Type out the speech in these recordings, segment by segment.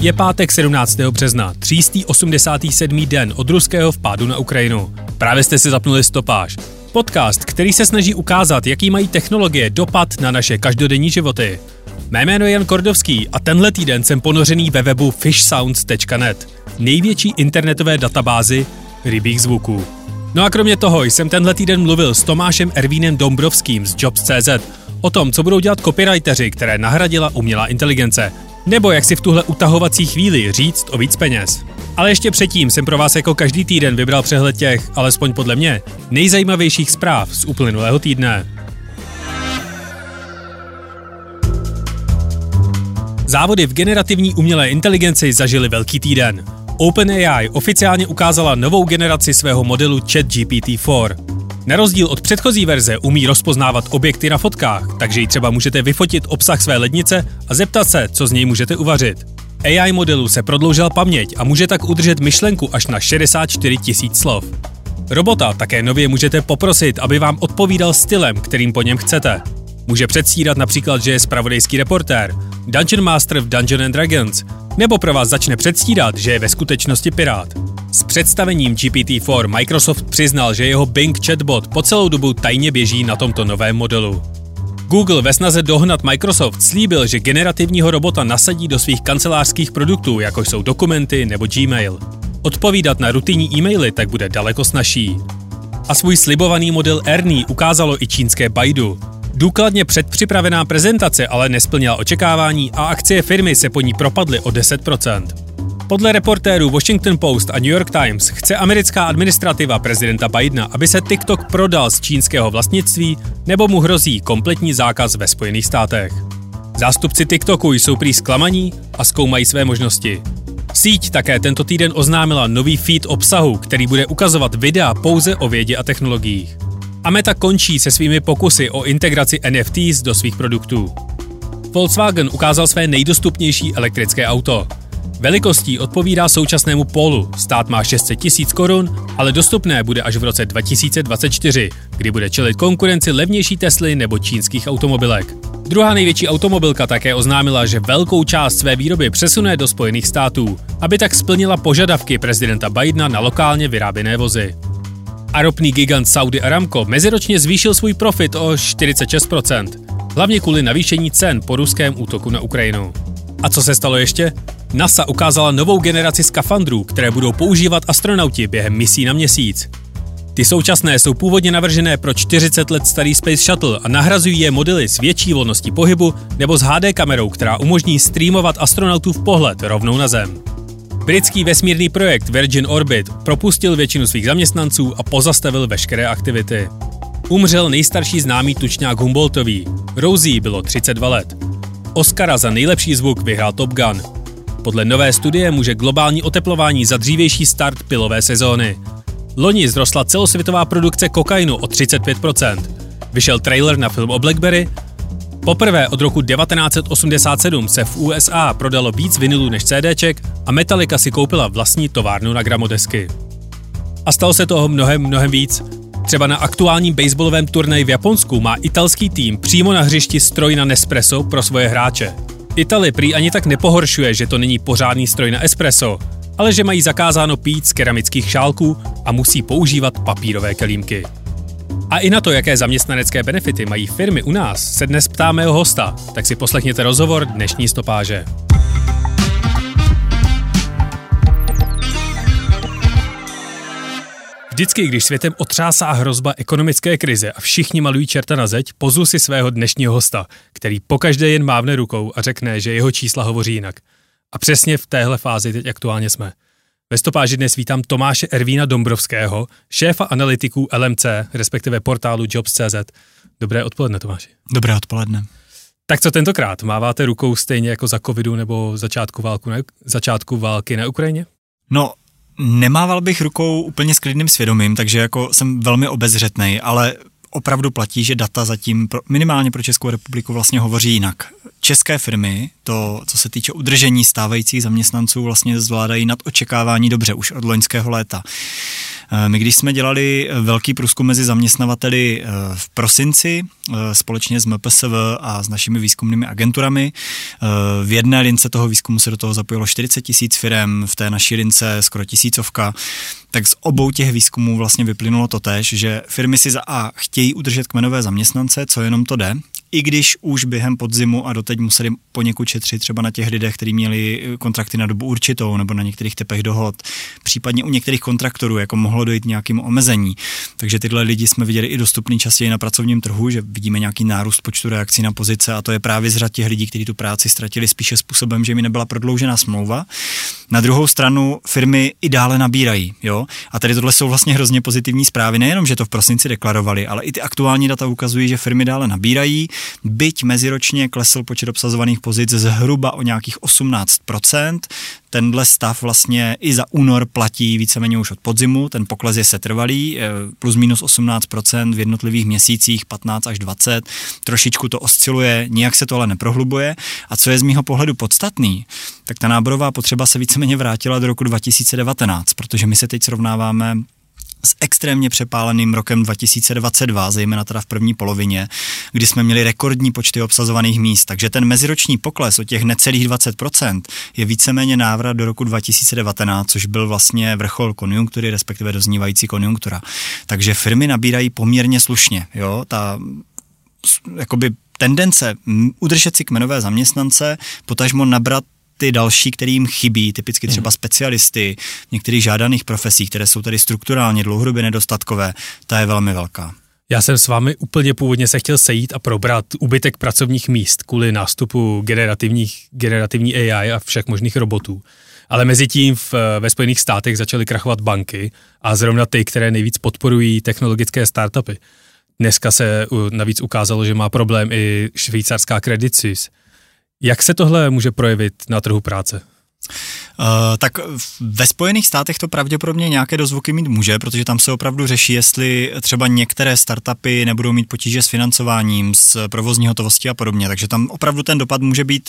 Je pátek 17. března, 387. den od ruského vpádu na Ukrajinu. Právě jste si zapnuli Stopáž. Podcast, který se snaží ukázat, jaký mají technologie dopad na naše každodenní životy. Mé jméno je Jan Kordovský a tenhle týden jsem ponořený ve webu fishsounds.net, největší internetové databázi rybích zvuků. No a kromě toho jsem tenhle týden mluvil s Tomášem Ervínem Dombrovským z Jobs.cz o tom, co budou dělat copywriteři, které nahradila umělá inteligence, nebo jak si v tuhle utahovací chvíli říct o víc peněz. Ale ještě předtím jsem pro vás jako každý týden vybral přehled těch, alespoň podle mě, nejzajímavějších zpráv z uplynulého týdne. Závody v generativní umělé inteligenci zažily velký týden. OpenAI oficiálně ukázala novou generaci svého modelu ChatGPT-4. Na rozdíl od předchozí verze umí rozpoznávat objekty na fotkách, takže ji třeba můžete vyfotit obsah své lednice a zeptat se, co z něj můžete uvařit. AI modelu se prodloužila paměť a může tak udržet myšlenku až na 64 000 slov. Robota také nově můžete poprosit, aby vám odpovídal stylem, kterým po něm chcete. Může předstírat například, že je zpravodajský reportér, Dungeon Master v Dungeons & Dragons, nebo pro vás začne předstírat, že je ve skutečnosti pirát. S představením GPT-4 Microsoft přiznal, že jeho Bing chatbot po celou dobu tajně běží na tomto novém modelu. Google ve snaze dohnat Microsoft slíbil, že generativního robota nasadí do svých kancelářských produktů, jako jsou dokumenty nebo Gmail. Odpovídat na rutinní e-maily tak bude daleko snazší. A svůj slibovaný model Ernie ukázalo i čínské Baidu. Důkladně předpřipravená prezentace ale nesplnila očekávání a akcie firmy se po ní propadly o 10%. Podle reportérů Washington Post a New York Times chce americká administrativa prezidenta Bidena, aby se TikTok prodal z čínského vlastnictví, nebo mu hrozí kompletní zákaz ve Spojených státech. Zástupci TikToku jsou prý zklamaní a zkoumají své možnosti. Síť také tento týden oznámila nový feed obsahu, který bude ukazovat videa pouze o vědě a technologiích. A Meta končí se svými pokusy o integraci NFTs do svých produktů. Volkswagen ukázal své nejdostupnější elektrické auto. Velikostí odpovídá současnému Polu, stát má 600 000 korun, ale dostupné bude až v roce 2024, kdy bude čelit konkurenci levnější Tesly nebo čínských automobilek. Druhá největší automobilka také oznámila, že velkou část své výroby přesune do Spojených států, aby tak splnila požadavky prezidenta Bidena na lokálně vyráběné vozy. A ropný gigant Saudi Aramco meziročně zvýšil svůj profit o 46%, hlavně kvůli navýšení cen po ruském útoku na Ukrajinu. A co se stalo ještě? NASA ukázala novou generaci skafandrů, které budou používat astronauti během misí na Měsíc. Ty současné jsou původně navržené pro 40 let starý Space Shuttle a nahrazují je modely s větší volností pohybu nebo s HD kamerou, která umožní streamovat astronautův pohled rovnou na Zem. Britský vesmírný projekt Virgin Orbit propustil většinu svých zaměstnanců a pozastavil veškeré aktivity. Umřel nejstarší známý tučňák Humboldtový. Rosie bylo 32 let. Oscara za nejlepší zvuk vyhrál Top Gun. Podle nové studie může globální oteplování za dřívější start pilové sezóny. Loni zrostla celosvětová produkce kokainu o 35%. Vyšel trailer na film o Blackberry. Poprvé od roku 1987 se v USA prodalo víc vinylů než CDček a Metallica si koupila vlastní továrnu na gramodesky. A stalo se toho mnohem víc. Třeba na aktuálním baseballovém turnaji v Japonsku má italský tým přímo na hřišti stroj na Nespresso pro svoje hráče. Itali prý ani tak nepohoršuje, že to není pořádný stroj na espresso, ale že mají zakázáno pít z keramických šálků a musí používat papírové kelímky. A i na to, jaké zaměstnanecké benefity mají firmy u nás, se dnes ptá mého hosta, tak si poslechněte rozhovor dnešní Stopáže. Vždycky, když světem otřásá hrozba ekonomické krize a všichni malují čerta na zeď, pozvu si svého dnešního hosta, který pokaždé jen mávne rukou a řekne, že jeho čísla hovoří jinak. A přesně v téhle fázi teď aktuálně jsme. Ve Stopáži dnes vítám Tomáše Ervína Dombrovského, šéfa analytiků LMC, respektive portálu Jobs.cz. Dobré odpoledne, Tomáši. Dobré odpoledne. Tak co tentokrát? Máváte rukou stejně jako za covidu nebo začátku války na Ukrajině? No, nemával bych rukou úplně s klidným svědomím, takže jako jsem velmi obezřetnej, ale opravdu platí, že data zatím minimálně pro Českou republiku vlastně hovoří jinak. české firmy, to, co se týče udržení stávajících zaměstnanců, vlastně zvládají nad očekávání dobře už od loňského léta. My když jsme dělali velký průzkum mezi zaměstnavateli v prosinci společně s MPSV a s našimi výzkumnými agenturami, v jedné lince toho výzkumu se do toho zapojilo 40 000 firem, v té naší lince skoro 1000, tak z obou těch výzkumů vlastně vyplynulo to též, že firmy si za A chtějí udržet kmenové zaměstnance, co jenom to jde, i když už během podzimu a doteď museli poněkud šetřit třeba na těch lidech, kteří měli kontrakty na dobu určitou nebo na některých typech dohod, případně u některých kontraktorů, jako mohlo dojít nějakému omezení. Takže tyhle lidi jsme viděli i dostupný častěji na pracovním trhu, že vidíme nějaký nárůst počtu reakcí na pozice a to je právě z řad těch lidí, kteří tu práci ztratili spíše způsobem, že mi nebyla prodloužena smlouva. Na druhou stranu firmy i dále nabírají, jo? A tady tohle jsou vlastně hrozně pozitivní zprávy, nejenom, že to v prosinci deklarovali, ale i ty aktuální data ukazují, že firmy dále nabírají. Byť meziročně klesl počet obsazovaných pozic zhruba o nějakých 18%. Tenhle stav vlastně i za únor platí víceméně už od podzimu, ten pokles je setrvalý, plus minus 18% v jednotlivých měsících, 15 až 20, trošičku to osciluje, nijak se to ale neprohlubuje. A co je z mýho pohledu podstatný, tak ta náborová potřeba se víceméně vrátila do roku 2019, protože my se teď srovnáváme s extrémně přepáleným rokem 2022, zejména teda v první polovině, kdy jsme měli rekordní počty obsazovaných míst. Takže ten meziroční pokles o těch necelých 20% je víceméně návrat do roku 2019, což byl vlastně vrchol konjunktury, respektive doznívající konjunktura. Takže firmy nabírají poměrně slušně. Jo? Ta jakoby tendence udržet si kmenové zaměstnance, potažmo nabrat ty další, kterým chybí, typicky třeba specialisty v některých žádaných profesích, které jsou tady strukturálně dlouhodobě nedostatkové, ta je velmi velká. Já jsem s vámi úplně původně se chtěl sejít a probrat úbytek pracovních míst kvůli nástupu generativní AI a všech možných robotů. Ale mezi tím ve Spojených státech začaly krachovat banky a zrovna ty, které nejvíc podporují technologické startupy. Dneska se navíc ukázalo, že má problém i švýcarská Credit Suisse. Jak se tohle může projevit na trhu práce? Tak ve Spojených státech to pravděpodobně nějaké dozvuky mít může, protože tam se opravdu řeší, jestli třeba některé startupy nebudou mít potíže s financováním, s provozní hotovostí a podobně. Takže tam opravdu ten dopad může být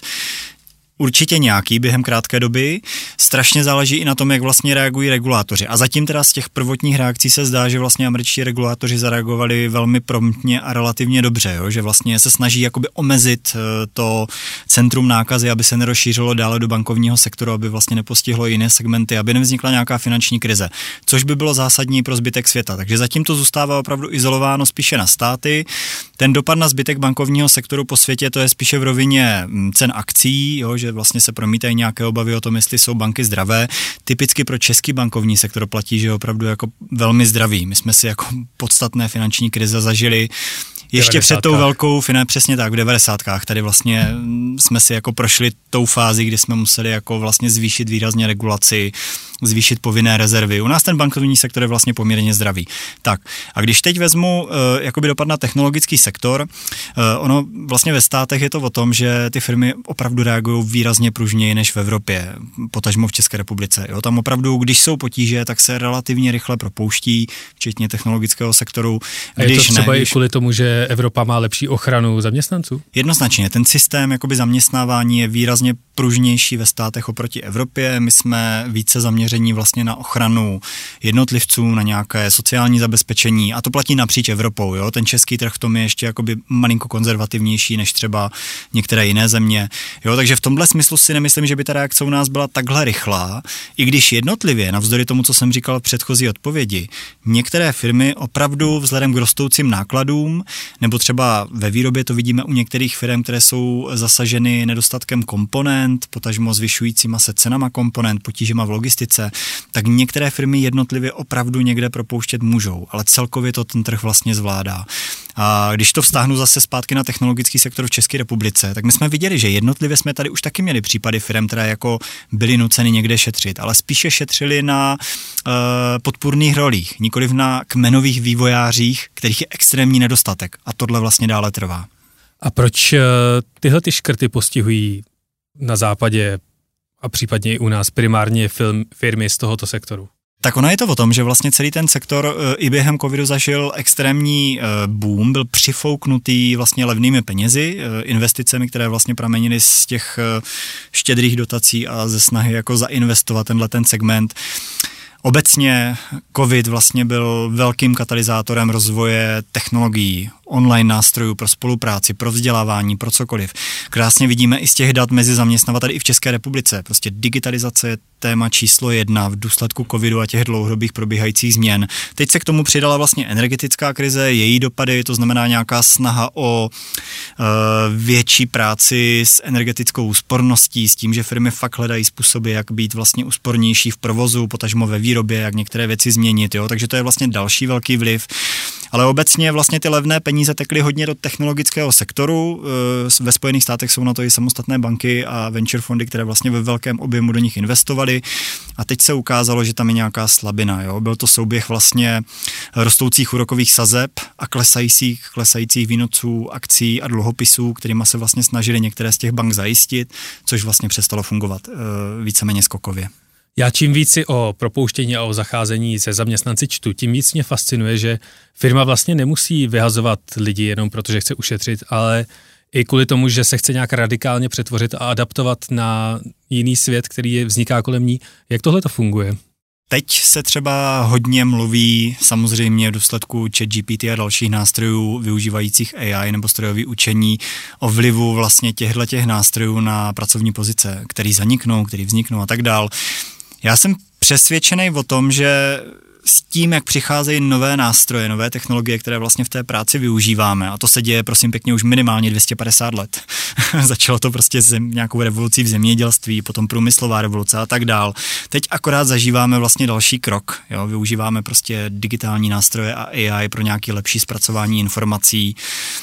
určitě nějaký během krátké doby. Strašně záleží i na tom, jak vlastně reagují regulátoři. A zatím teda z těch prvotních reakcí se zdá, že vlastně američtí regulátoři zareagovali velmi promptně a relativně dobře, jo? Že vlastně se snaží jakoby omezit to centrum nákazy, aby se nerozšířilo dále do bankovního sektoru, aby vlastně nepostihlo jiné segmenty, aby nevznikla nějaká finanční krize, což by bylo zásadní pro zbytek světa. Takže zatím to zůstává opravdu izolováno spíše na státy. Ten dopad na zbytek bankovního sektoru po světě, to je spíše v rovině cen akcií, jo? Že vlastně se promítají nějaké obavy o tom, jestli jsou banky zdravé. Typicky pro český bankovní sektor platí, že je opravdu jako velmi zdravý. My jsme si jako podstatné finanční krize zažili ještě před tou velkou, přesně tak, v 90kách. Tady vlastně jsme si jako prošli tou fázi, kdy jsme museli jako vlastně zvýšit výrazně regulaci, zvýšit povinné rezervy. U nás ten bankovní sektor je vlastně poměrně zdravý. Tak, a když teď vezmu jakoby dopad na technologický sektor, ono vlastně ve státech je to o tom, že ty firmy opravdu reagují výrazně pružněji než v Evropě, potažmo v České republice. Jo, tam opravdu, když jsou potíže, tak se relativně rychle propouští, včetně technologického sektoru. A je to třeba i kvůli tomu, že Evropa má lepší ochranu zaměstnanců? Jednoznačně, ten systém jakoby zaměstnávání je výrazně pružnější ve státech oproti Evropě. My jsme více zaměření vlastně na ochranu jednotlivců, na nějaké sociální zabezpečení a to platí napříč Evropou. Jo? Ten český trh v tom je ještě jakoby malinko konzervativnější než třeba některé jiné země. Jo? Takže v tomhle smyslu si nemyslím, že by ta reakce u nás byla takhle rychlá, i když jednotlivě, navzdory tomu, co jsem říkal v předchozí odpovědi, některé firmy opravdu vzhledem k rostoucím nákladům, nebo třeba ve výrobě to vidíme u některých firm, které jsou zasaženy nedostatkem komponent, potažmo zvyšujícíma se cenama komponent, potížema v logistice, tak některé firmy jednotlivě opravdu někde propouštět můžou, ale celkově to ten trh vlastně zvládá. A když to vztáhnu zase zpátky na technologický sektor v České republice, tak my jsme viděli, že jednotlivě jsme tady už taky měli případy firm, které jako byly nuceny někde šetřit, ale spíše šetřili na podpůrných rolích, nikoliv na kmenových vývojářích, kterých je extrémní nedostatek. A tohle vlastně dále trvá. A proč tyhle ty škrty postihují na západě a případně i u nás primárně firmy z tohoto sektoru? Tak ono je to o tom, že vlastně celý ten sektor i během covidu zažil extrémní boom, byl přifouknutý vlastně levnými penězi, investicemi, které vlastně pramenily z těch štědrých dotací a ze snahy jako zainvestovat ten segment. Obecně covid vlastně byl velkým katalyzátorem rozvoje technologií, online nástrojů pro spolupráci, pro vzdělávání, pro cokoliv. Krásně vidíme i z těch dat mezi zaměstnavateli i v České republice. Prostě digitalizace je téma číslo 1 v důsledku covidu a těch dlouhodobých probíhajících změn. Teď se k tomu přidala vlastně energetická krize, její dopady, to znamená nějaká snaha o větší práci s energetickou úsporností, s tím, že firmy fakt hledají způsoby, jak být vlastně úspornější v provozu, potažmo ve výrobě, jak některé věci změnit, jo? Takže to je vlastně další velký vliv. Ale obecně vlastně ty levné peníze tekly hodně do technologického sektoru. Ve Spojených státech jsou na to i samostatné banky a venture fondy, které vlastně ve velkém objemu do nich investovaly. A teď se ukázalo, že tam je nějaká slabina. Jo? Byl to souběh vlastně rostoucích úrokových sazeb a klesajících výnosů akcí a dluhopisů, kterými se vlastně snažili některé z těch bank zajistit, což vlastně přestalo fungovat víceméně skokově. Já čím víc si o propouštění a o zacházení se zaměstnanci čtu, tím víc mě fascinuje, že firma vlastně nemusí vyhazovat lidi jenom protože chce ušetřit, ale i kvůli tomu, že se chce nějak radikálně přetvořit a adaptovat na jiný svět, který vzniká kolem ní. Jak tohle to funguje? Teď se třeba hodně mluví samozřejmě v důsledku ChatGPT a dalších nástrojů využívajících AI nebo strojové učení o vlivu vlastně těchto nástrojů na pracovní pozice, který zaniknou, který vzniknou a tak dál. Já jsem přesvědčený o tom, že s tím, jak přicházejí nové nástroje, nové technologie, které vlastně v té práci využíváme, a to se děje, prosím pěkně, už minimálně 250 let. Začalo to prostě nějakou revolucí v zemědělství, potom průmyslová revoluce a tak dál. Teď akorát zažíváme vlastně další krok. Jo? Využíváme prostě digitální nástroje a AI pro nějaké lepší zpracování informací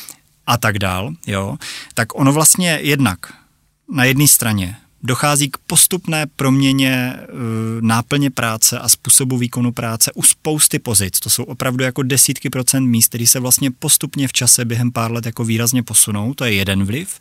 a tak dál. Jo? Tak ono vlastně jednak na jedné straně dochází k postupné proměně náplně práce a způsobu výkonu práce u spousty pozic. To jsou opravdu jako desítky procent míst, které se vlastně postupně v čase během pár let jako výrazně posunou. To je jeden vliv.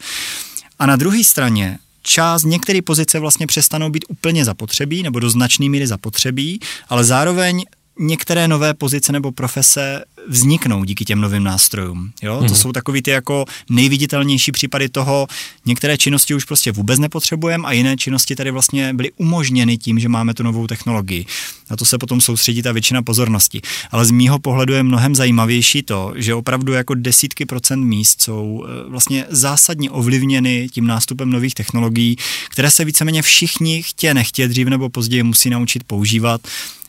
A na druhé straně některé pozice vlastně přestanou být úplně zapotřebí nebo do značné míry zapotřebí, ale zároveň některé nové pozice nebo profese vzniknou díky těm novým nástrojům. Jo? To jsou takový ty jako nejviditelnější případy toho, některé činnosti už prostě vůbec nepotřebujeme a jiné činnosti tady vlastně byly umožněny tím, že máme tu novou technologii. Na to se potom soustředí ta většina pozornosti. Ale z mýho pohledu je mnohem zajímavější to, že opravdu jako desítky procent míst jsou vlastně zásadně ovlivněny tím nástupem nových technologií, které se víceméně všichni nechtě dřív nebo později musí naučit používat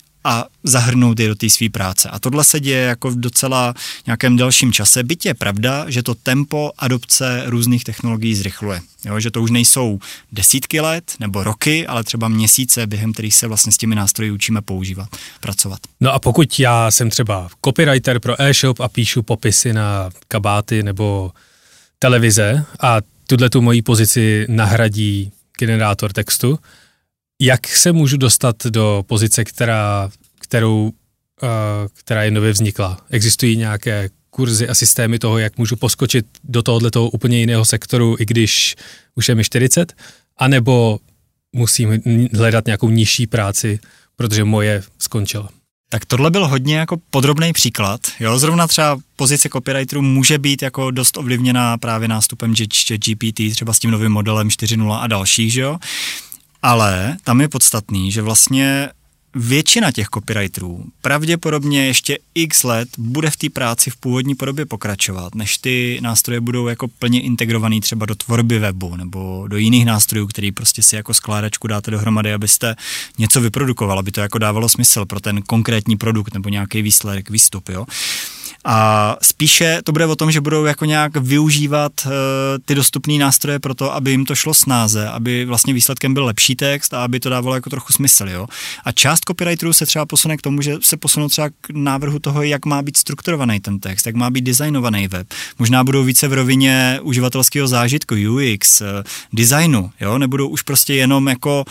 a zahrnout je do té své práce. A tohle se děje jako v docela nějakém delším čase. Byť je pravda, že to tempo adopce různých technologií zrychluje. Jo, že to už nejsou desítky let nebo roky, ale třeba měsíce, během kterých se vlastně s těmi nástroji učíme používat, pracovat. No a pokud já jsem třeba copywriter pro e-shop a píšu popisy na kabáty nebo televize a tu moji pozici nahradí generátor textu, jak se můžu dostat do pozice, která je nově vznikla? Existují nějaké kurzy a systémy toho, jak můžu poskočit do tohoto úplně jiného sektoru, i když už je mi 40? A nebo musím hledat nějakou nižší práci, protože moje skončila? Tak tohle byl hodně jako podrobný příklad. Jo? Zrovna třeba pozice copywriterů může být jako dost ovlivněná právě nástupem ChatGPT, třeba s tím novým modelem 4.0 a dalších, že jo? Ale tam je podstatný, že vlastně většina těch copywriterů pravděpodobně ještě x let bude v té práci v původní podobě pokračovat, než ty nástroje budou jako plně integrovaný třeba do tvorby webu nebo do jiných nástrojů, který prostě si jako skládačku dáte dohromady, abyste něco vyprodukoval, aby to jako dávalo smysl pro ten konkrétní produkt nebo nějaký výsledek, výstup, jo. A spíše to bude o tom, že budou jako nějak využívat ty dostupné nástroje pro to, aby jim to šlo snáze, aby vlastně výsledkem byl lepší text a aby to dávalo jako trochu smysl, jo. A část copywriterů se třeba posune k tomu, že se posunou třeba k návrhu toho, jak má být strukturovaný ten text, jak má být designovaný web. Možná budou více v rovině uživatelského zážitku, UX, designu, jo, nebudou už prostě jenom jako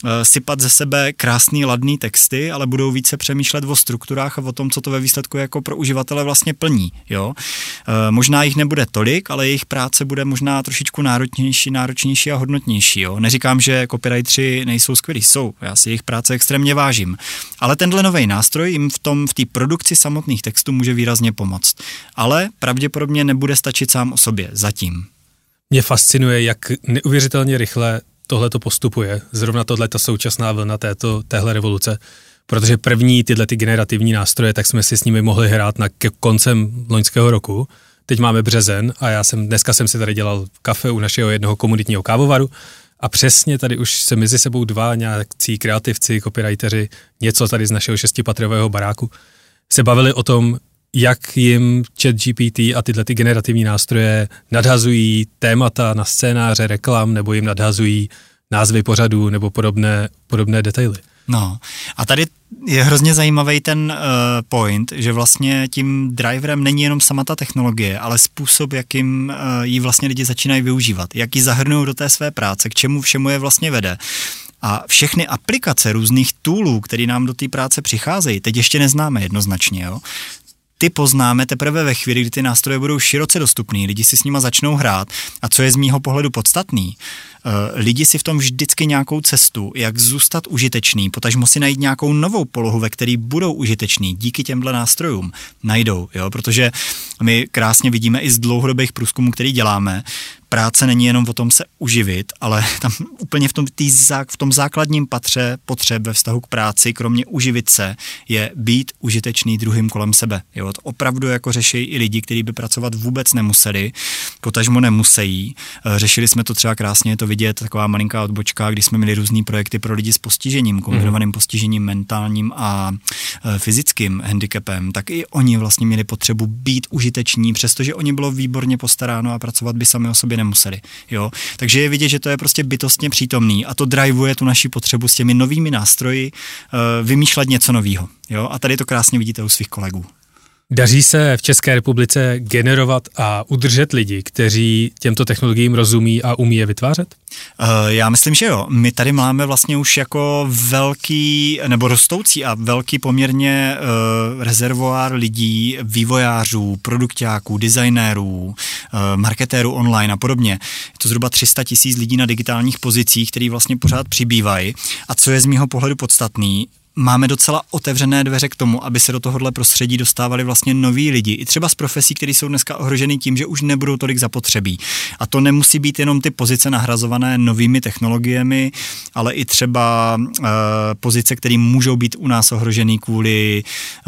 sypat ze sebe krásný, ladný texty, ale budou více přemýšlet o strukturách a o tom, co to ve výsledku jako pro uživatele vlastně plní. Jo? Možná jich nebude tolik, ale jejich práce bude možná trošičku náročnější a hodnotnější. Jo? Neříkám, že copywriteri nejsou skvělí, jsou. Já si jejich práce extrémně vážím. Ale tenhle nový nástroj jim v té produkci samotných textů může výrazně pomoct. Ale pravděpodobně nebude stačit sám o sobě zatím. Mě fascinuje, jak neuvěřitelně rychle tohleto postupuje. Zrovna tohleto současná vlna téhle revoluce. Protože první tyhle ty generativní nástroje, tak jsme si s nimi mohli hrát koncem loňského roku. Teď máme březen a dneska jsem si tady dělal kafe u našeho jednoho komunitního kávovaru a přesně tady už se mezi sebou dva nějakí kreativci, copywriteri, něco tady z našeho 6patrového baráku, se bavili o tom, jak jim ChatGPT a tyhle ty generativní nástroje nadhazují témata na scénáře, reklam, nebo jim nadhazují názvy pořadů nebo podobné detaily. No a tady je hrozně zajímavý ten point, že vlastně tím driverem není jenom sama ta technologie, ale způsob, jakým ji vlastně lidi začínají využívat, jak ji zahrnují do té své práce, k čemu všemu je vlastně vede. A všechny aplikace různých toolů, které nám do té práce přicházejí, teď ještě neznáme jednoznačně, jo. Ty poznáme teprve ve chvíli, kdy ty nástroje budou široce dostupný, lidi si s nima začnou hrát a co je z mýho pohledu podstatný, lidi si v tom vždycky nějakou cestu, jak zůstat užitečný, potažmo si najít nějakou novou polohu, ve který budou užiteční díky těmhle nástrojům, najdou, jo, protože my krásně vidíme i z dlouhodobých průzkumů, který děláme, práce není jenom o tom se uživit, ale tam úplně v tom základním patře potřeb ve vztahu k práci, kromě uživit se, je být užitečný druhým kolem sebe. Jo, to opravdu jako řeší i lidi, kteří by pracovat vůbec nemuseli, potažmo nemusí. Řešili jsme to třeba krásně, je to vidět, taková malinká odbočka, když jsme měli různý projekty pro lidi s postižením, kombinovaným postižením mentálním a fyzickým handicapem, tak i oni vlastně měli potřebu být užiteční, přestože oni bylo výborně postaráno a pracovat by sami o sobě nemuseli. Jo? Takže je vidět, že to je prostě bytostně přítomný a to driveuje tu naši potřebu s těmi novými nástroji vymýšlet něco nového. Jo? A tady to krásně vidíte u svých kolegů. Daří se v České republice generovat a udržet lidi, kteří těmto technologiím rozumí a umí je vytvářet? Já myslím, že jo. My tady máme vlastně už jako velký, nebo rostoucí a velký poměrně rezervoár lidí, vývojářů, produkťáků, designérů, marketérů online a podobně. Je to zhruba 300 000 lidí na digitálních pozicích, který vlastně pořád přibývají. A co je z mýho pohledu podstatný, máme docela otevřené dveře k tomu, aby se do tohohle prostředí dostávali vlastně noví lidi, i třeba z profesí, které jsou dneska ohroženy tím, že už nebudou tolik zapotřebí. A to nemusí být jenom ty pozice nahrazované novými technologiemi, ale i třeba pozice, které můžou být u nás ohrožené kvůli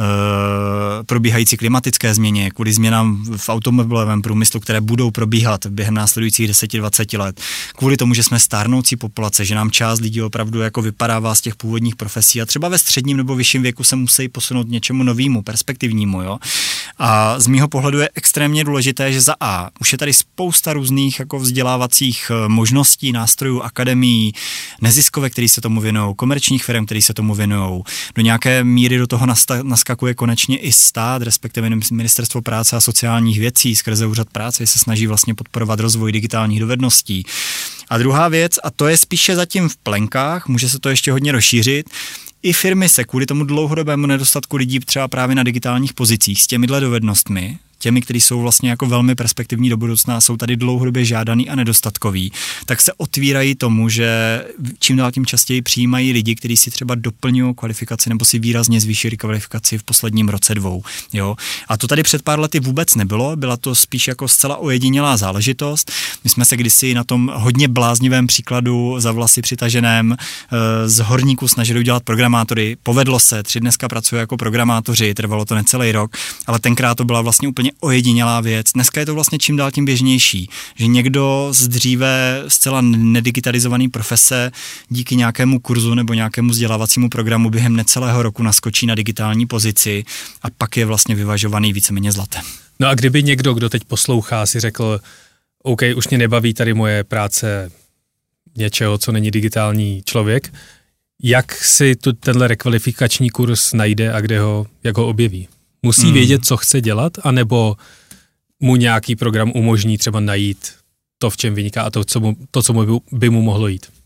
probíhající klimatické změně, kvůli změnám v automobilovém průmyslu, které budou probíhat během následujících 10-20 let, kvůli tomu, že jsme stárnoucí populace, že nám část lidí opravdu jako vypadává z těch původních profesí a třeba ve středním nebo vyšším věku se musí posunout něčemu novému, perspektivnímu, jo. A z mýho pohledu je extrémně důležité, že za A už je tady spousta různých jako vzdělávacích možností, nástrojů, akademií, neziskovek, který se tomu věnují, komerčních firm, který se tomu věnují. Do nějaké míry do toho naskakuje konečně i stát, respektive Ministerstvo práce a sociálních věcí skrze Úřad práce se snaží vlastně podporovat rozvoj digitálních dovedností. A druhá věc, a to je spíše zatím v plenkách, může se to ještě hodně rozšířit, i firmy se kvůli tomu dlouhodobému nedostatku lidí třeba právě na digitálních pozicích s těmihle dovednostmi, těmi, kteří jsou vlastně jako velmi perspektivní do budoucna, jsou tady dlouhodobě žádaný a nedostatkový, tak se otvírají tomu, že čím dál tím častěji přijímají lidi, kteří si třeba doplňují kvalifikaci nebo si výrazně zvýšili kvalifikaci v posledním roce 2. Jo? A to tady před pár lety vůbec nebylo, byla to spíš jako zcela ojedinělá záležitost. My jsme se kdysi na tom hodně bláznivém příkladu za vlasy přitaženém z horníků snažili udělat programátory. Povedlo se, 3 dneska pracují jako programátoři, trvalo to necelý rok, ale tenkrát to byla vlastně úplně ojedinělá věc. Dneska je to vlastně čím dál tím běžnější, že někdo z dříve zcela nedigitalizovaný profese díky nějakému kurzu nebo nějakému vzdělávacímu programu během necelého roku naskočí na digitální pozici a pak je vlastně vyvažovaný víceméně zlatem. No a kdyby někdo, kdo teď poslouchá, si řekl, OK, už mě nebaví tady moje práce něčeho, co není digitální člověk, jak si tenhle rekvalifikační kurz najde a jak ho objeví? Musí vědět, co chce dělat, anebo mu nějaký program umožní třeba najít to, v čem vyniká a to, co by mu mohlo jít?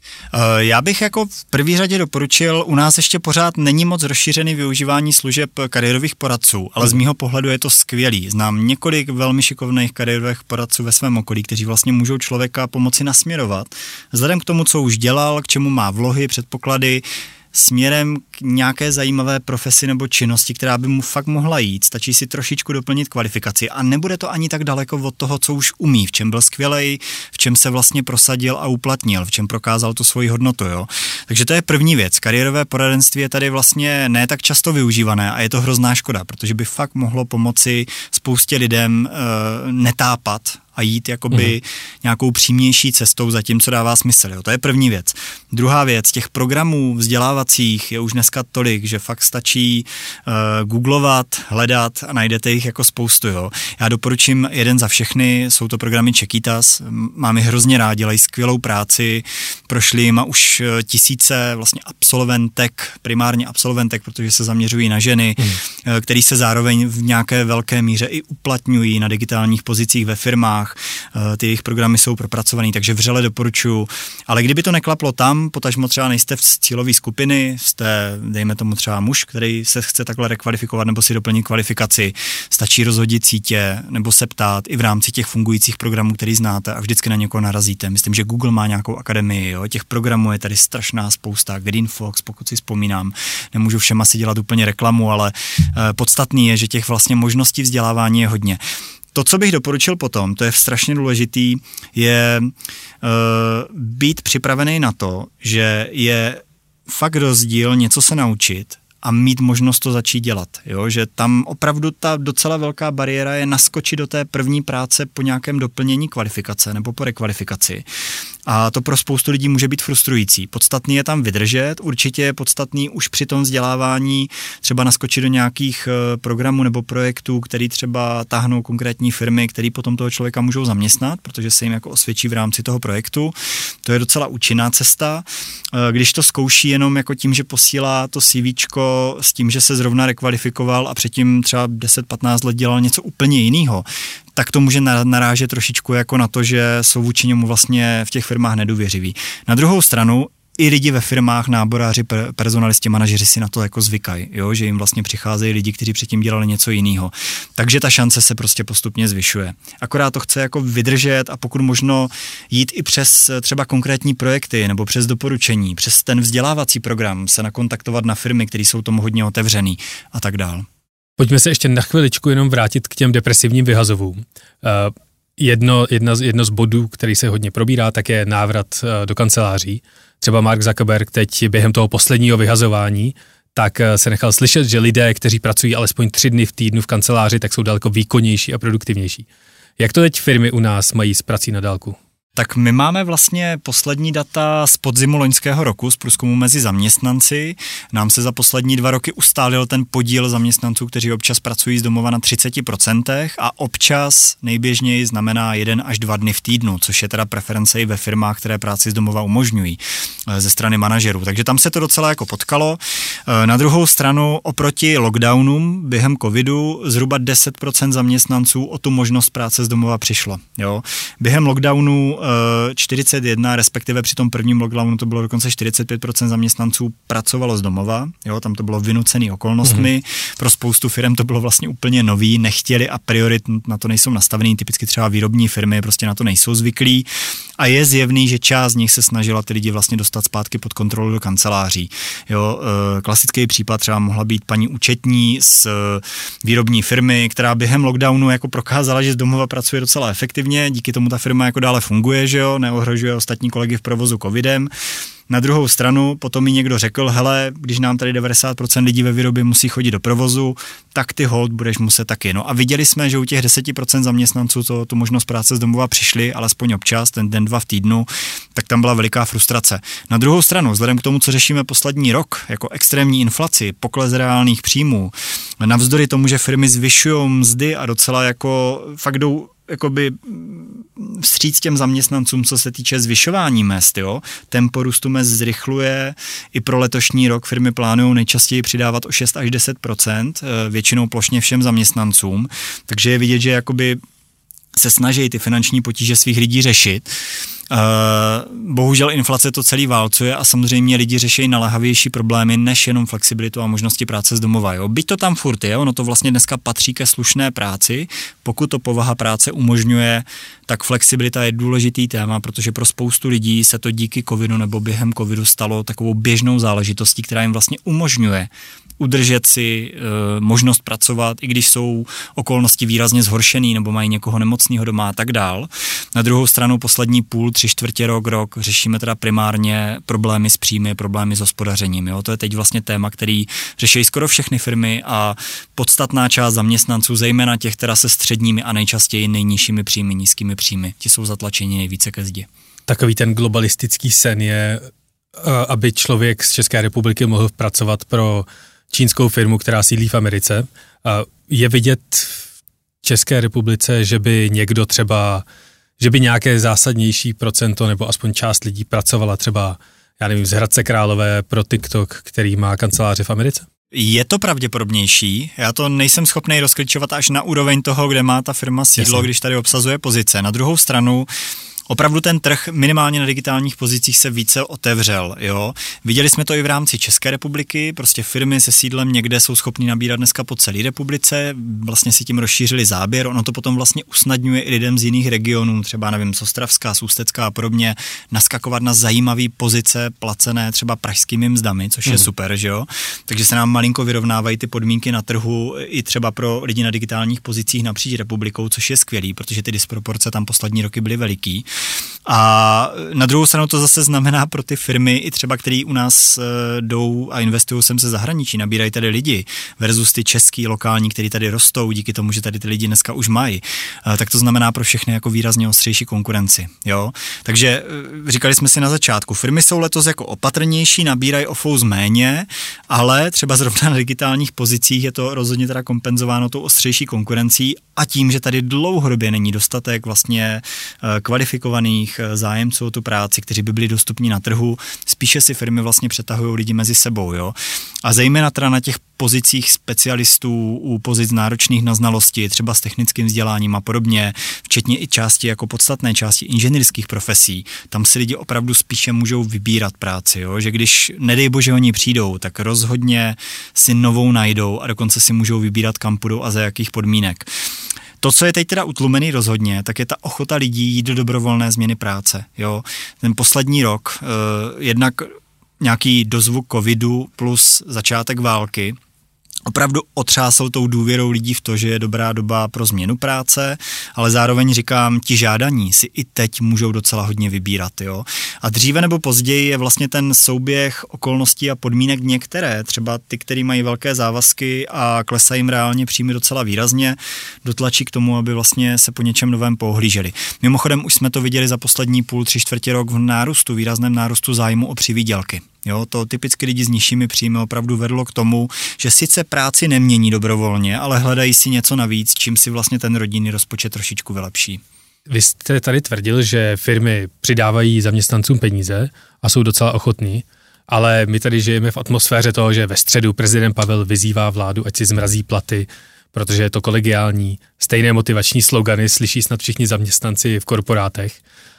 Já bych jako v první řadě doporučil, u nás ještě pořád není moc rozšířený využívání služeb kariérových poradců, ale z mýho pohledu je to skvělý. Znám několik velmi šikovných kariérových poradců ve svém okolí, kteří vlastně můžou člověka pomoci nasměrovat. Vzhledem k tomu, co už dělal, k čemu má vlohy, předpoklady, směrem k nějaké zajímavé profesi nebo činnosti, která by mu fakt mohla jít. Stačí si trošičku doplnit kvalifikaci a nebude to ani tak daleko od toho, co už umí, v čem byl skvělej, v čem se vlastně prosadil a uplatnil, v čem prokázal tu svoji hodnotu. Jo? Takže to je první věc. Kariérové poradenství je tady vlastně ne tak často využívané a je to hrozná škoda, protože by fakt mohlo pomoci spoustě lidem netápat a jít jakoby nějakou přímější cestou za tím, co dává smysl. Jo. To je první věc. Druhá věc, těch programů vzdělávacích je už dneska tolik, že fakt stačí googlovat, hledat a najdete jich jako spoustu. Jo. Já doporučím jeden za všechny, jsou to programy Čekytas, mám je hrozně rád, dělají skvělou práci, prošli jim a už tisíce vlastně absolventek, primárně absolventek, protože se zaměřují na ženy, který se zároveň v nějaké velké míře i uplatňují na digitálních pozicích ve firmách. Ty jejich programy jsou propracovaný, takže vřele doporučuji. Ale kdyby to neklaplo tam, potažmo třeba nejste v cílové skupiny, jste, dejme tomu třeba muž, který se chce takhle rekvalifikovat nebo si doplnit kvalifikaci, stačí rozhodit sítě nebo se ptát i v rámci těch fungujících programů, který znáte a vždycky na někoho narazíte. Myslím, že Google má nějakou akademii, jo? Těch programů je tady strašná spousta, Greenfox, pokud si vzpomínám, nemůžu všem asi dělat úplně reklamu, ale podstatný je, že těch vlastně možností vzdělávání je hodně. To, co bych doporučil potom, to je strašně důležitý, je být připravený na to, že je fakt rozdíl něco se naučit a mít možnost to začít dělat. Jo? Že tam opravdu ta docela velká bariéra je naskočit do té první práce po nějakém doplnění kvalifikace nebo po rekvalifikaci. A to pro spoustu lidí může být frustrující. Podstatný je tam vydržet, určitě je podstatný už při tom vzdělávání třeba naskočit do nějakých programů nebo projektů, který třeba táhnou konkrétní firmy, který potom toho člověka můžou zaměstnat, protože se jim jako osvědčí v rámci toho projektu. To je docela účinná cesta. Když to zkouší jenom jako tím, že posílá to CVčko s tím, že se zrovna rekvalifikoval a předtím třeba 10-15 let dělal něco úplně jiného, tak to může narážet trošičku jako na to, že jsou vůči němu vlastně v těch firmách nedůvěřiví. Na druhou stranu i lidi ve firmách, náboráři, personalisti, manažeři si na to jako zvykají, jo? Že jim vlastně přicházejí lidi, kteří předtím dělali něco jiného. Takže ta šance se prostě postupně zvyšuje. Akorát to chce jako vydržet a pokud možno jít i přes třeba konkrétní projekty nebo přes doporučení, přes ten vzdělávací program se nakontaktovat na firmy, které jsou tomu hodně otevřený a tak dál. Pojďme se ještě na chviličku jenom vrátit k těm depresivním vyhazovům. Jedno z bodů, který se hodně probírá, tak je návrat do kanceláří. Třeba Mark Zuckerberg teď během toho posledního vyhazování tak se nechal slyšet, že lidé, kteří pracují alespoň 3 dny v týdnu v kanceláři, tak jsou daleko výkonnější a produktivnější. Jak to teď firmy u nás mají s prací na dálku? Tak my máme vlastně poslední data z podzimu loňského roku, z průzkumu mezi zaměstnanci. Nám se za poslední 2 roky ustálil ten podíl zaměstnanců, kteří občas pracují z domova na 30% a občas nejběžněji znamená 1 až 2 dny v týdnu, což je teda preference i ve firmách, které práci z domova umožňují ze strany manažerů. Takže tam se to docela jako potkalo. Na druhou stranu oproti lockdownům během covidu zhruba 10% zaměstnanců o tu možnost práce z domova přišlo. Jo? Během lockdownu 41, respektive při tom prvním lockdownu to bylo dokonce 45% zaměstnanců pracovalo z domova, jo, tam to bylo vynucený okolnostmi, pro spoustu firm to bylo vlastně úplně nový, nechtěli a priori na to nejsou nastavený, typicky třeba výrobní firmy prostě na to nejsou zvyklí a je zjevný, že část z nich se snažila ty lidi vlastně dostat zpátky pod kontrolu do kanceláří. Jo, klasický případ třeba mohla být paní účetní z výrobní firmy, která během lockdownu jako prokázala, že z domova pracuje docela efektivně, díky tomu ta firma jako dále funguje, že jo, neohrožuje ostatní kolegy v provozu covidem. Na druhou stranu potom mi někdo řekl, hele, když nám tady 90% lidí ve výrobě musí chodit do provozu, tak ty hold budeš muset taky. No a viděli jsme, že u těch 10% zaměstnanců tu možnost práce z domova přišli, alespoň občas, ten den, 2 v týdnu, tak tam byla veliká frustrace. Na druhou stranu, vzhledem k tomu, co řešíme poslední rok, jako extrémní inflaci, pokles reálných příjmů, navzdory tomu, že firmy zvyšují mzdy a docela jako fakt jdou jakoby vstříc těm zaměstnancům, co se týče zvyšování mezd, jo. Tempo růstu mezd zrychluje, i pro letošní rok firmy plánují nejčastěji přidávat o 6 až 10%, většinou plošně všem zaměstnancům, takže je vidět, že jakoby se snaží ty finanční potíže svých lidí řešit. Bohužel inflace to celý válcuje a samozřejmě lidi řeší naléhavější problémy než jenom flexibilitu a možnosti práce z domova. Jo? Byť to tam furt je, ono to vlastně dneska patří ke slušné práci, pokud to povaha práce umožňuje, tak flexibilita je důležitý téma, protože pro spoustu lidí se to díky covidu nebo během covidu stalo takovou běžnou záležitostí, která jim vlastně umožňuje udržet si možnost pracovat, i když jsou okolnosti výrazně zhoršený nebo mají někoho nemocného doma a tak dál. Na druhou stranu poslední tři čtvrtě rok řešíme teda primárně problémy s příjmy, problémy s hospodařením. Jo? To je teď vlastně téma, který řeší skoro všechny firmy a podstatná část zaměstnanců, zejména těch teda se středními a nejčastěji nejnižšími příjmy, nízkými příjmy. Ti jsou zatlačeni nejvíce ke zdi. Takový ten globalistický sen je, aby člověk z České republiky mohl pracovat pro čínskou firmu, která sídlí v Americe. Je vidět v České republice, že by někdo třeba, že by nějaké zásadnější procento nebo aspoň část lidí pracovala třeba, já nevím, z Hradce Králové pro TikTok, který má kanceláře v Americe? Je to pravděpodobnější, já to nejsem schopný rozklíčovat až na úroveň toho, kde má ta firma sídlo, Jasně. Když tady obsazuje pozice. Na druhou stranu opravdu ten trh minimálně na digitálních pozicích se více otevřel. Jo? Viděli jsme to i v rámci České republiky, prostě firmy se sídlem někde jsou schopní nabírat dneska po celé republice, vlastně si tím rozšířili záběr, ono to potom vlastně usnadňuje i lidem z jiných regionů, třeba nevím, z Ostravska, z Ústecka a podobně, naskakovat na zajímavé pozice placené třeba pražskými mzdami, což je super, že jo? Takže se nám malinko vyrovnávají ty podmínky na trhu i třeba pro lidi na digitálních pozicích napříč republikou, což je skvělý, protože ty disproporce tam poslední roky byly veliký. A na druhou stranu to zase znamená pro ty firmy, i třeba, který u nás jdou a investují sem ze zahraničí, nabírají tady lidi versus ty český, lokální, který tady rostou, díky tomu, že tady ty lidi dneska už mají, tak to znamená pro všechny jako výrazně ostřejší konkurenci. Jo? Takže říkali jsme si na začátku, firmy jsou letos jako opatrnější, nabírají o fous méně, ale třeba zrovna na digitálních pozicích je to rozhodně teda kompenzováno tou ostřejší konkurencí a tím, že tady dlouhodobě není dostatek vlastně kvalifikovaných zájemců o tu práci, kteří by byli dostupní na trhu, spíše si firmy vlastně přetahují lidi mezi sebou. Jo? A zejména teda na těch pozicích specialistů, u pozic náročných na znalosti, třeba s technickým vzděláním a podobně, včetně i části, jako podstatné části inženýrských profesí, tam si lidi opravdu spíše můžou vybírat práci, jo? Že když, nedej bože, oni přijdou, tak rozhodně si novou najdou a dokonce si můžou vybírat, kam půjdou a za jakých podmínek. To, co je teď teda utlumený rozhodně, tak je ta ochota lidí jít do dobrovolné změny práce. Jo? Ten poslední rok, jednak nějaký dozvuk covidu plus začátek války, opravdu otřásl tou důvěrou lidí v to, že je dobrá doba pro změnu práce, ale zároveň říkám, ti žádaní si i teď můžou docela hodně vybírat. Jo? A dříve nebo později je vlastně ten souběh okolností a podmínek některé, třeba ty, který mají velké závazky a klesají jim reálně příjmy docela výrazně, dotlačí k tomu, aby vlastně se po něčem novém pohlíželi. Mimochodem už jsme to viděli za poslední tři čtvrtě rok v nárůstu, výrazném nárůstu zájmu o přivídělky. Jo, to typicky lidi s nižšími příjmy opravdu vedlo k tomu, že sice práci nemění dobrovolně, ale hledají si něco navíc, čím si vlastně ten rodinný rozpočet trošičku vylepší. Vy jste tady tvrdil, že firmy přidávají zaměstnancům peníze a jsou docela ochotní, ale my tady žijeme v atmosféře toho, že ve středu prezident Pavel vyzývá vládu, ať si zmrazí platy, protože je to kolegiální. Stejné motivační slogany slyší snad všichni zaměstnanci v korporátech.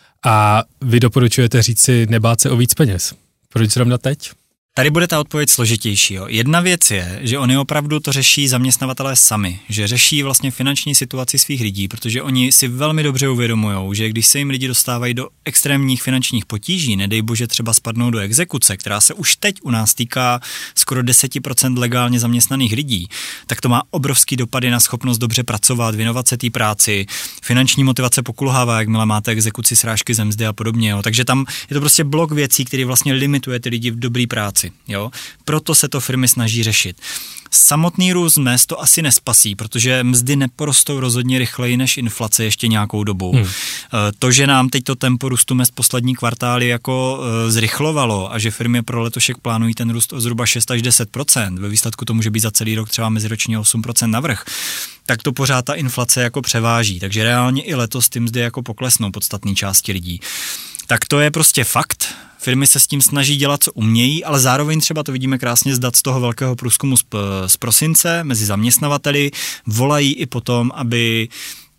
A vy doporučujete říct si nebát se o víc peněz. Proč zrovna teď? Tady bude ta odpověď složitější. Jo. Jedna věc je, že oni opravdu to řeší zaměstnavatelé sami, že řeší vlastně finanční situaci svých lidí, protože oni si velmi dobře uvědomují, že když se jim lidi dostávají do extrémních finančních potíží, nedej bože třeba spadnou do exekuce, která se už teď u nás týká skoro 10% legálně zaměstnaných lidí, tak to má obrovský dopady na schopnost dobře pracovat, věnovat se té práci, finanční motivace pokulhává, jakmile máte exekuci, srážky ze mzdy a podobně. Jo. Takže tam je to prostě blok věcí, který vlastně limituje ty lidi v dobrý práci. Jo? Proto se to firmy snaží řešit. Samotný růst mezd to asi nespasí, protože mzdy neporostou rozhodně rychleji než inflace ještě nějakou dobu. To, že nám teď to tempo růstu mezd poslední kvartály jako zrychlovalo a že firmy pro letošek plánují ten růst o zhruba 6 až 10%, ve výsledku to může být za celý rok třeba meziročně 8% navrch, tak to pořád ta inflace jako převáží. Takže reálně i letos ty mzdy jako poklesnou podstatné části lidí. Tak to je prostě fakt. Firmy se s tím snaží dělat, co umějí, ale zároveň třeba to vidíme krásně z dat z toho velkého průzkumu z prosince mezi zaměstnavateli. Volají i potom, aby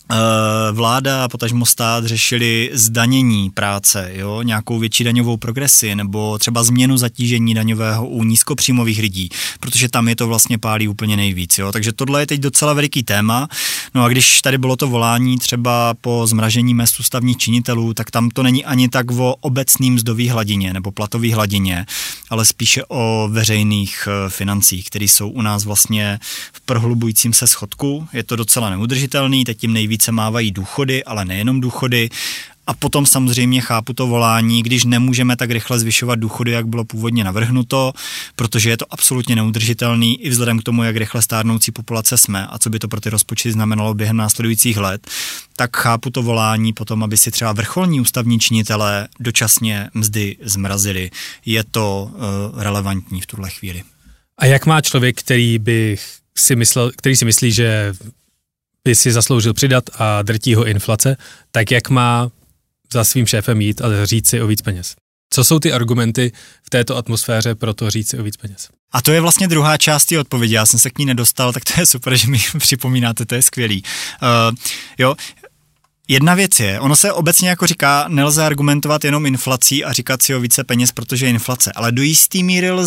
vláda a potažmo stát řešili zdanění práce, jo, nějakou větší daňovou progresi nebo třeba změnu zatížení daňového u nízkopříjmových lidí, protože tam je to vlastně pálí úplně nejvíc, jo. Takže tohle je teď docela veliký téma. No a když tady bylo to volání třeba po zmražení mezd ústavních činitelů, tak tam to není ani tak o obecným mzdový hladině nebo platový hladině, ale spíše o veřejných financích, které jsou u nás vlastně v prohlubujícím se schodku. Je to docela neudržitelný, teď tím nejvíce mávají důchody, ale nejenom důchody. A potom samozřejmě chápu to volání, když nemůžeme tak rychle zvyšovat důchody, jak bylo původně navrhnuto, protože je to absolutně neudržitelný i vzhledem k tomu, jak rychle stárnoucí populace jsme a co by to pro ty rozpočty znamenalo během následujících let, tak chápu to volání potom, aby si třeba vrcholní ústavní činitelé dočasně mzdy zmrazili. Je to relevantní v tuhle chvíli. A jak má člověk, který si myslí, že by si zasloužil přidat a drtí ho inflace, tak jak má za svým šéfem jít a říct si o víc peněz? Co jsou ty argumenty v této atmosféře pro to říct si o víc peněz? A to je vlastně druhá část té odpovědi. Já jsem se k ní nedostal, tak to je super, že mi připomínáte, to je skvělý. Jedna věc je, ono se obecně jako říká, nelze argumentovat jenom inflací a říkat si o více peněz, protože je inflace, ale do jistý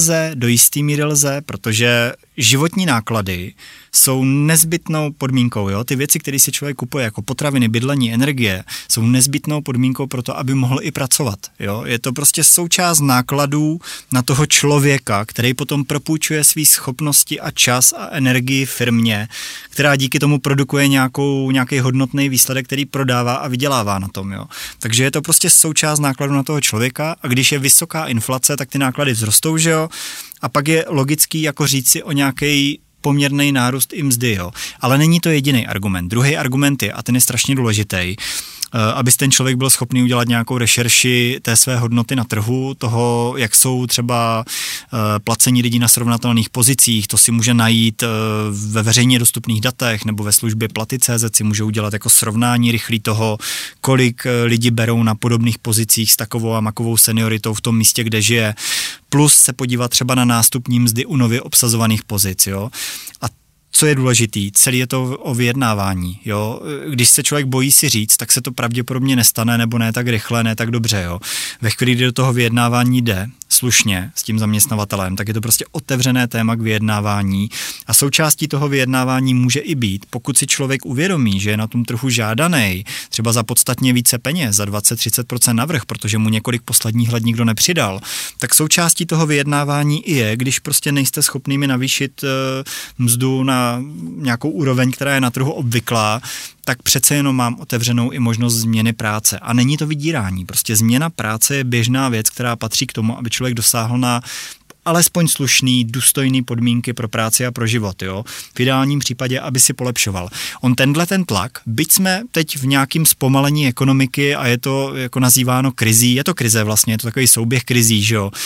míry lze, protože životní náklady jsou nezbytnou podmínkou, jo? Ty věci, které si člověk kupuje, jako potraviny, bydlení, energie, jsou nezbytnou podmínkou pro to, aby mohl i pracovat, jo? Je to prostě součást nákladů na toho člověka, který potom propůjčuje svý schopnosti a čas a energii firmě, která díky tomu produkuje nějaký hodnotný výsledek, který prodává a vydělává na tom, jo? Takže je to prostě součást nákladů na toho člověka a když je vysoká inflace, tak ty náklady vzrostou, že jo? A pak je logický jako říct si o nějaký poměrný nárůst i mzdy, jo. Ale není to jediný argument. Druhý argument je, a ten je strašně důležitý, aby ten člověk byl schopný udělat nějakou rešerši té své hodnoty na trhu, toho, jak jsou třeba placení lidí na srovnatelných pozicích, to si může najít ve veřejně dostupných datech nebo ve službě Platy.cz si může udělat jako srovnání rychlý toho, kolik lidi berou na podobných pozicích s takovou a makovou senioritou v tom místě, kde žije, plus se podívat třeba na nástupní mzdy u nově obsazovaných pozic, jo. A co je důležitý, celý je to o vyjednávání, jo. Když se člověk bojí si říct, tak se to pravděpodobně nestane, nebo ne tak rychle, ne tak dobře, jo. Ve chvíli, kdy do toho vyjednávání jde slušně s tím zaměstnavatelem, tak je to prostě otevřené téma k vyjednávání a součástí toho vyjednávání může i být, pokud si člověk uvědomí, že je na tom trhu žádaný, třeba za podstatně více peněz, za 20-30% navrch, protože mu několik posledních let nikdo nepřidal, tak součástí toho vyjednávání i je, když prostě nejste schopný mi navýšit mzdu na nějakou úroveň, která je na trhu obvyklá, tak přece jenom mám otevřenou i možnost změny práce. A není to vydírání. Prostě změna práce je běžná věc, která patří k tomu, aby člověk dosáhl na alespoň slušný, důstojný podmínky pro práci a pro život, jo. V ideálním případě, aby si polepšoval. Ten tlak, byť jsme teď v nějakým zpomalení ekonomiky a je to jako nazýváno krizí, je to krize vlastně, je to takový souběh krizí, že jo.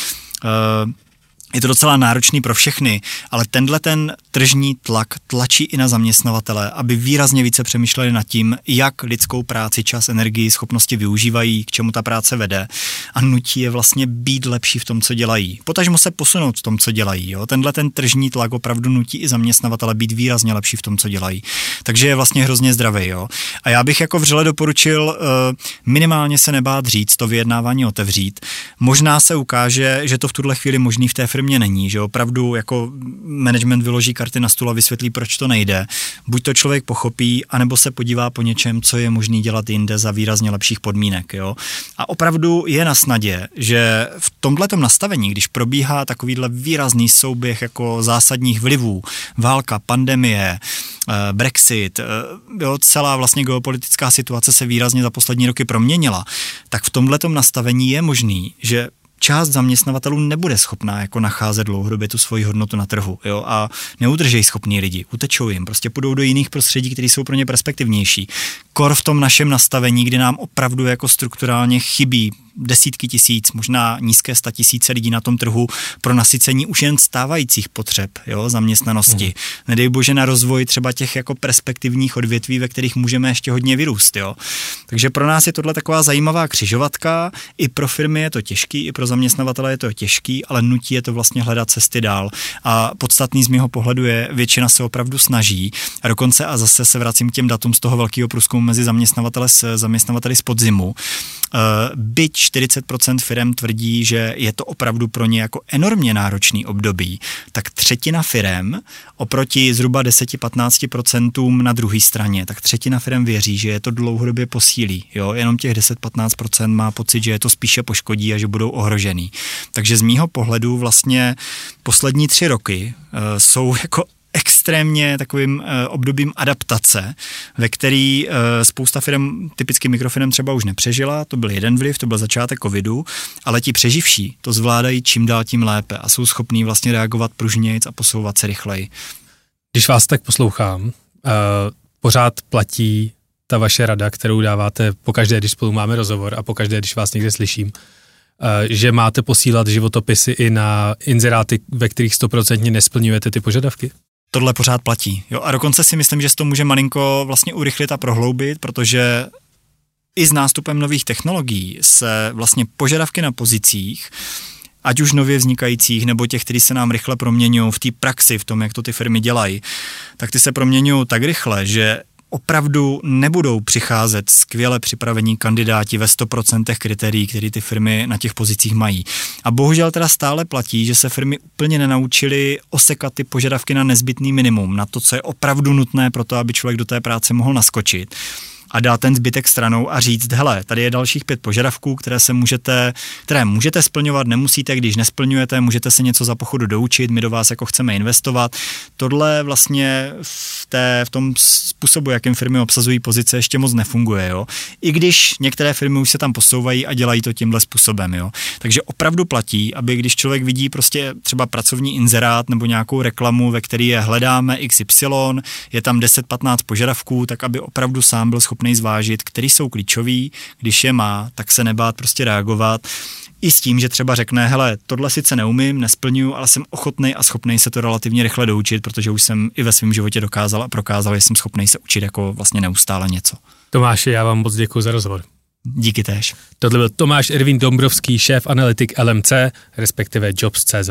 Je to docela náročný pro všechny, ale ten tržní tlak tlačí i na zaměstnavatele, aby výrazně více přemýšleli nad tím, jak lidskou práci, čas, energii, schopnosti využívají, k čemu ta práce vede a nutí je vlastně být lepší v tom, co dělají. Potažmo se posunout v tom, co dělají. Jo? Ten tržní tlak opravdu nutí i zaměstnavatele být výrazně lepší v tom, co dělají. Takže je vlastně hrozně zdravý. Jo? A já bych jako vřele doporučil minimálně se nebát říct, to vyjednávání otevřít. Možná se ukáže, že to v tuhle chvíli možný v té firmě není, že opravdu jako management vyloží karty na stůl a vysvětlí, proč to nejde. Buď to člověk pochopí, anebo se podívá po něčem, co je možný dělat jinde za výrazně lepších podmínek. Jo? A opravdu je na snadě, že v tomhletom nastavení, když probíhá takovýhle výrazný souběh jako zásadních vlivů, válka, pandemie, Brexit, jo, celá vlastně geopolitická situace se výrazně za poslední roky proměnila, tak v tomhletom nastavení je možný, že část zaměstnavatelů nebude schopná jako nacházet dlouhodobě tu svoji hodnotu na trhu, jo, a neudržejí schopní lidi, utečou jim, prostě půjdou do jiných prostředí, které jsou pro ně perspektivnější. Kor v tom našem nastavení, kdy nám opravdu jako strukturálně chybí desítky tisíc, možná nízké 100 000 lidí na tom trhu pro nasycení už jen stávajících potřeb, jo, zaměstnanosti. Nedej bože na rozvoj třeba těch jako perspektivních odvětví, ve kterých můžeme ještě hodně vyrůst, jo. Takže pro nás je tohle taková zajímavá křižovatka, i pro firmy je to těžký, i pro zaměstnavatele je to těžký, ale nutí je to vlastně hledat cesty dál. A podstatný z mého pohledu je, většina se opravdu snaží. A dokonce, a zase se vracím k těm datům z toho velkého průzkumu mezi zaměstnavateli z podzimu, byť 40% firem tvrdí, že je to opravdu pro ně jako enormně náročný období, tak třetina firem oproti zhruba 10-15% na druhé straně, tak třetina firem věří, že je to dlouhodobě posílí. Jo? Jenom těch 10-15% má pocit, že je to spíše poškodí a že budou ohrožený. Takže z mýho pohledu vlastně poslední 3 roky jsou jako extrémně takovým obdobím adaptace, ve který spousta firm, typicky mikrofirm třeba už nepřežila, to byl jeden vliv, to byl začátek covidu, ale ti přeživší to zvládají čím dál tím lépe a jsou schopní vlastně reagovat pružnějc a posouvat se rychleji. Když vás tak poslouchám, pořád platí ta vaše rada, kterou dáváte pokaždé, když spolu máme rozhovor a pokaždé, když vás někde slyším, že máte posílat životopisy i na inzeráty, ve kterých 100% nesplňujete ty požadavky? Tohle pořád platí. Jo? A dokonce si myslím, že se to může malinko vlastně urychlit a prohloubit, protože i s nástupem nových technologií se vlastně požadavky na pozicích, ať už nově vznikajících, nebo těch, kteří se nám rychle proměňují v té praxi, v tom, jak to ty firmy dělají, tak ty se proměňují tak rychle, že opravdu nebudou přicházet skvěle připravení kandidáti ve 100% kritérií, které ty firmy na těch pozicích mají. A bohužel teda stále platí, že se firmy úplně nenaučily osekat ty požadavky na nezbytný minimum, na to, co je opravdu nutné pro to, aby člověk do té práce mohl naskočit. A dát ten zbytek stranou a říct, hele, tady je dalších 5 požadavků, které můžete splňovat, nemusíte, když nesplňujete, můžete se něco za pochodu doučit, my do vás jako chceme investovat. Tohle vlastně v tom způsobu, jakým firmy obsazují pozice, ještě moc nefunguje, jo. I když některé firmy už se tam posouvají a dělají to tímhle způsobem, jo. Takže opravdu platí, aby když člověk vidí prostě třeba pracovní inzerát nebo nějakou reklamu, ve které je hledáme XY, je tam 10-15 požadavků, tak aby opravdu sám byl schopný zvážit, který jsou klíčový, když je má, tak se nebát prostě reagovat. I s tím, že třeba řekne, hele, tohle sice neumím, nesplňuju, ale jsem ochotnej a schopnej se to relativně rychle doučit, protože už jsem i ve svém životě dokázal a prokázal, že jsem schopnej se učit jako vlastně neustále něco. Tomáši, já vám moc děkuji za rozhovor. Díky též. Tohle byl Tomáš Ervín Dombrovský, šéf analytik LMC, respektive Jobs.cz.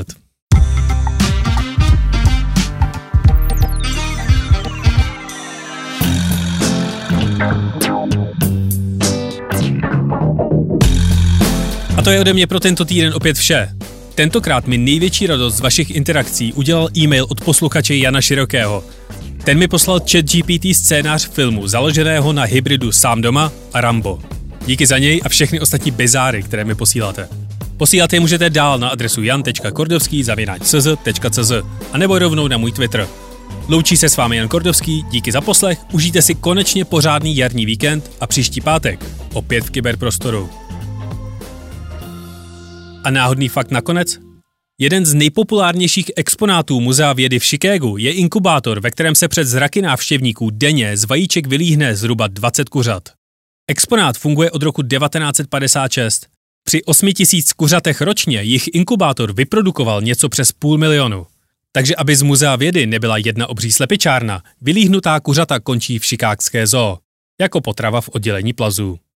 A to je ode mě pro tento týden opět vše. Tentokrát mi největší radost z vašich interakcí udělal e-mail od posluchače Jana Širokého. Ten mi poslal ChatGPT scénář filmu založeného na hybridu Sám doma a Rambo. Díky za něj a všechny ostatní bizáry, které mi posíláte. Posílat je můžete dál na adresu jan.kordovský@cz.cz a nebo rovnou na můj Twitter. Loučí se s vámi Jan Kordovský, díky za poslech, užijte si konečně pořádný jarní víkend a příští pátek opět v kyberprostoru. A náhodný fakt nakonec? Jeden z nejpopulárnějších exponátů Muzea vědy v Chicagu je inkubátor, ve kterém se před zraky návštěvníků denně z vajíček vylíhne zhruba 20 kuřat. Exponát funguje od roku 1956. Při 8 000 kuřatech ročně jich inkubátor vyprodukoval něco přes 500 000. Takže aby z Muzea vědy nebyla jedna obří slepičárna, vylíhnutá kuřata končí v chicagské zoo, jako potrava v oddělení plazů.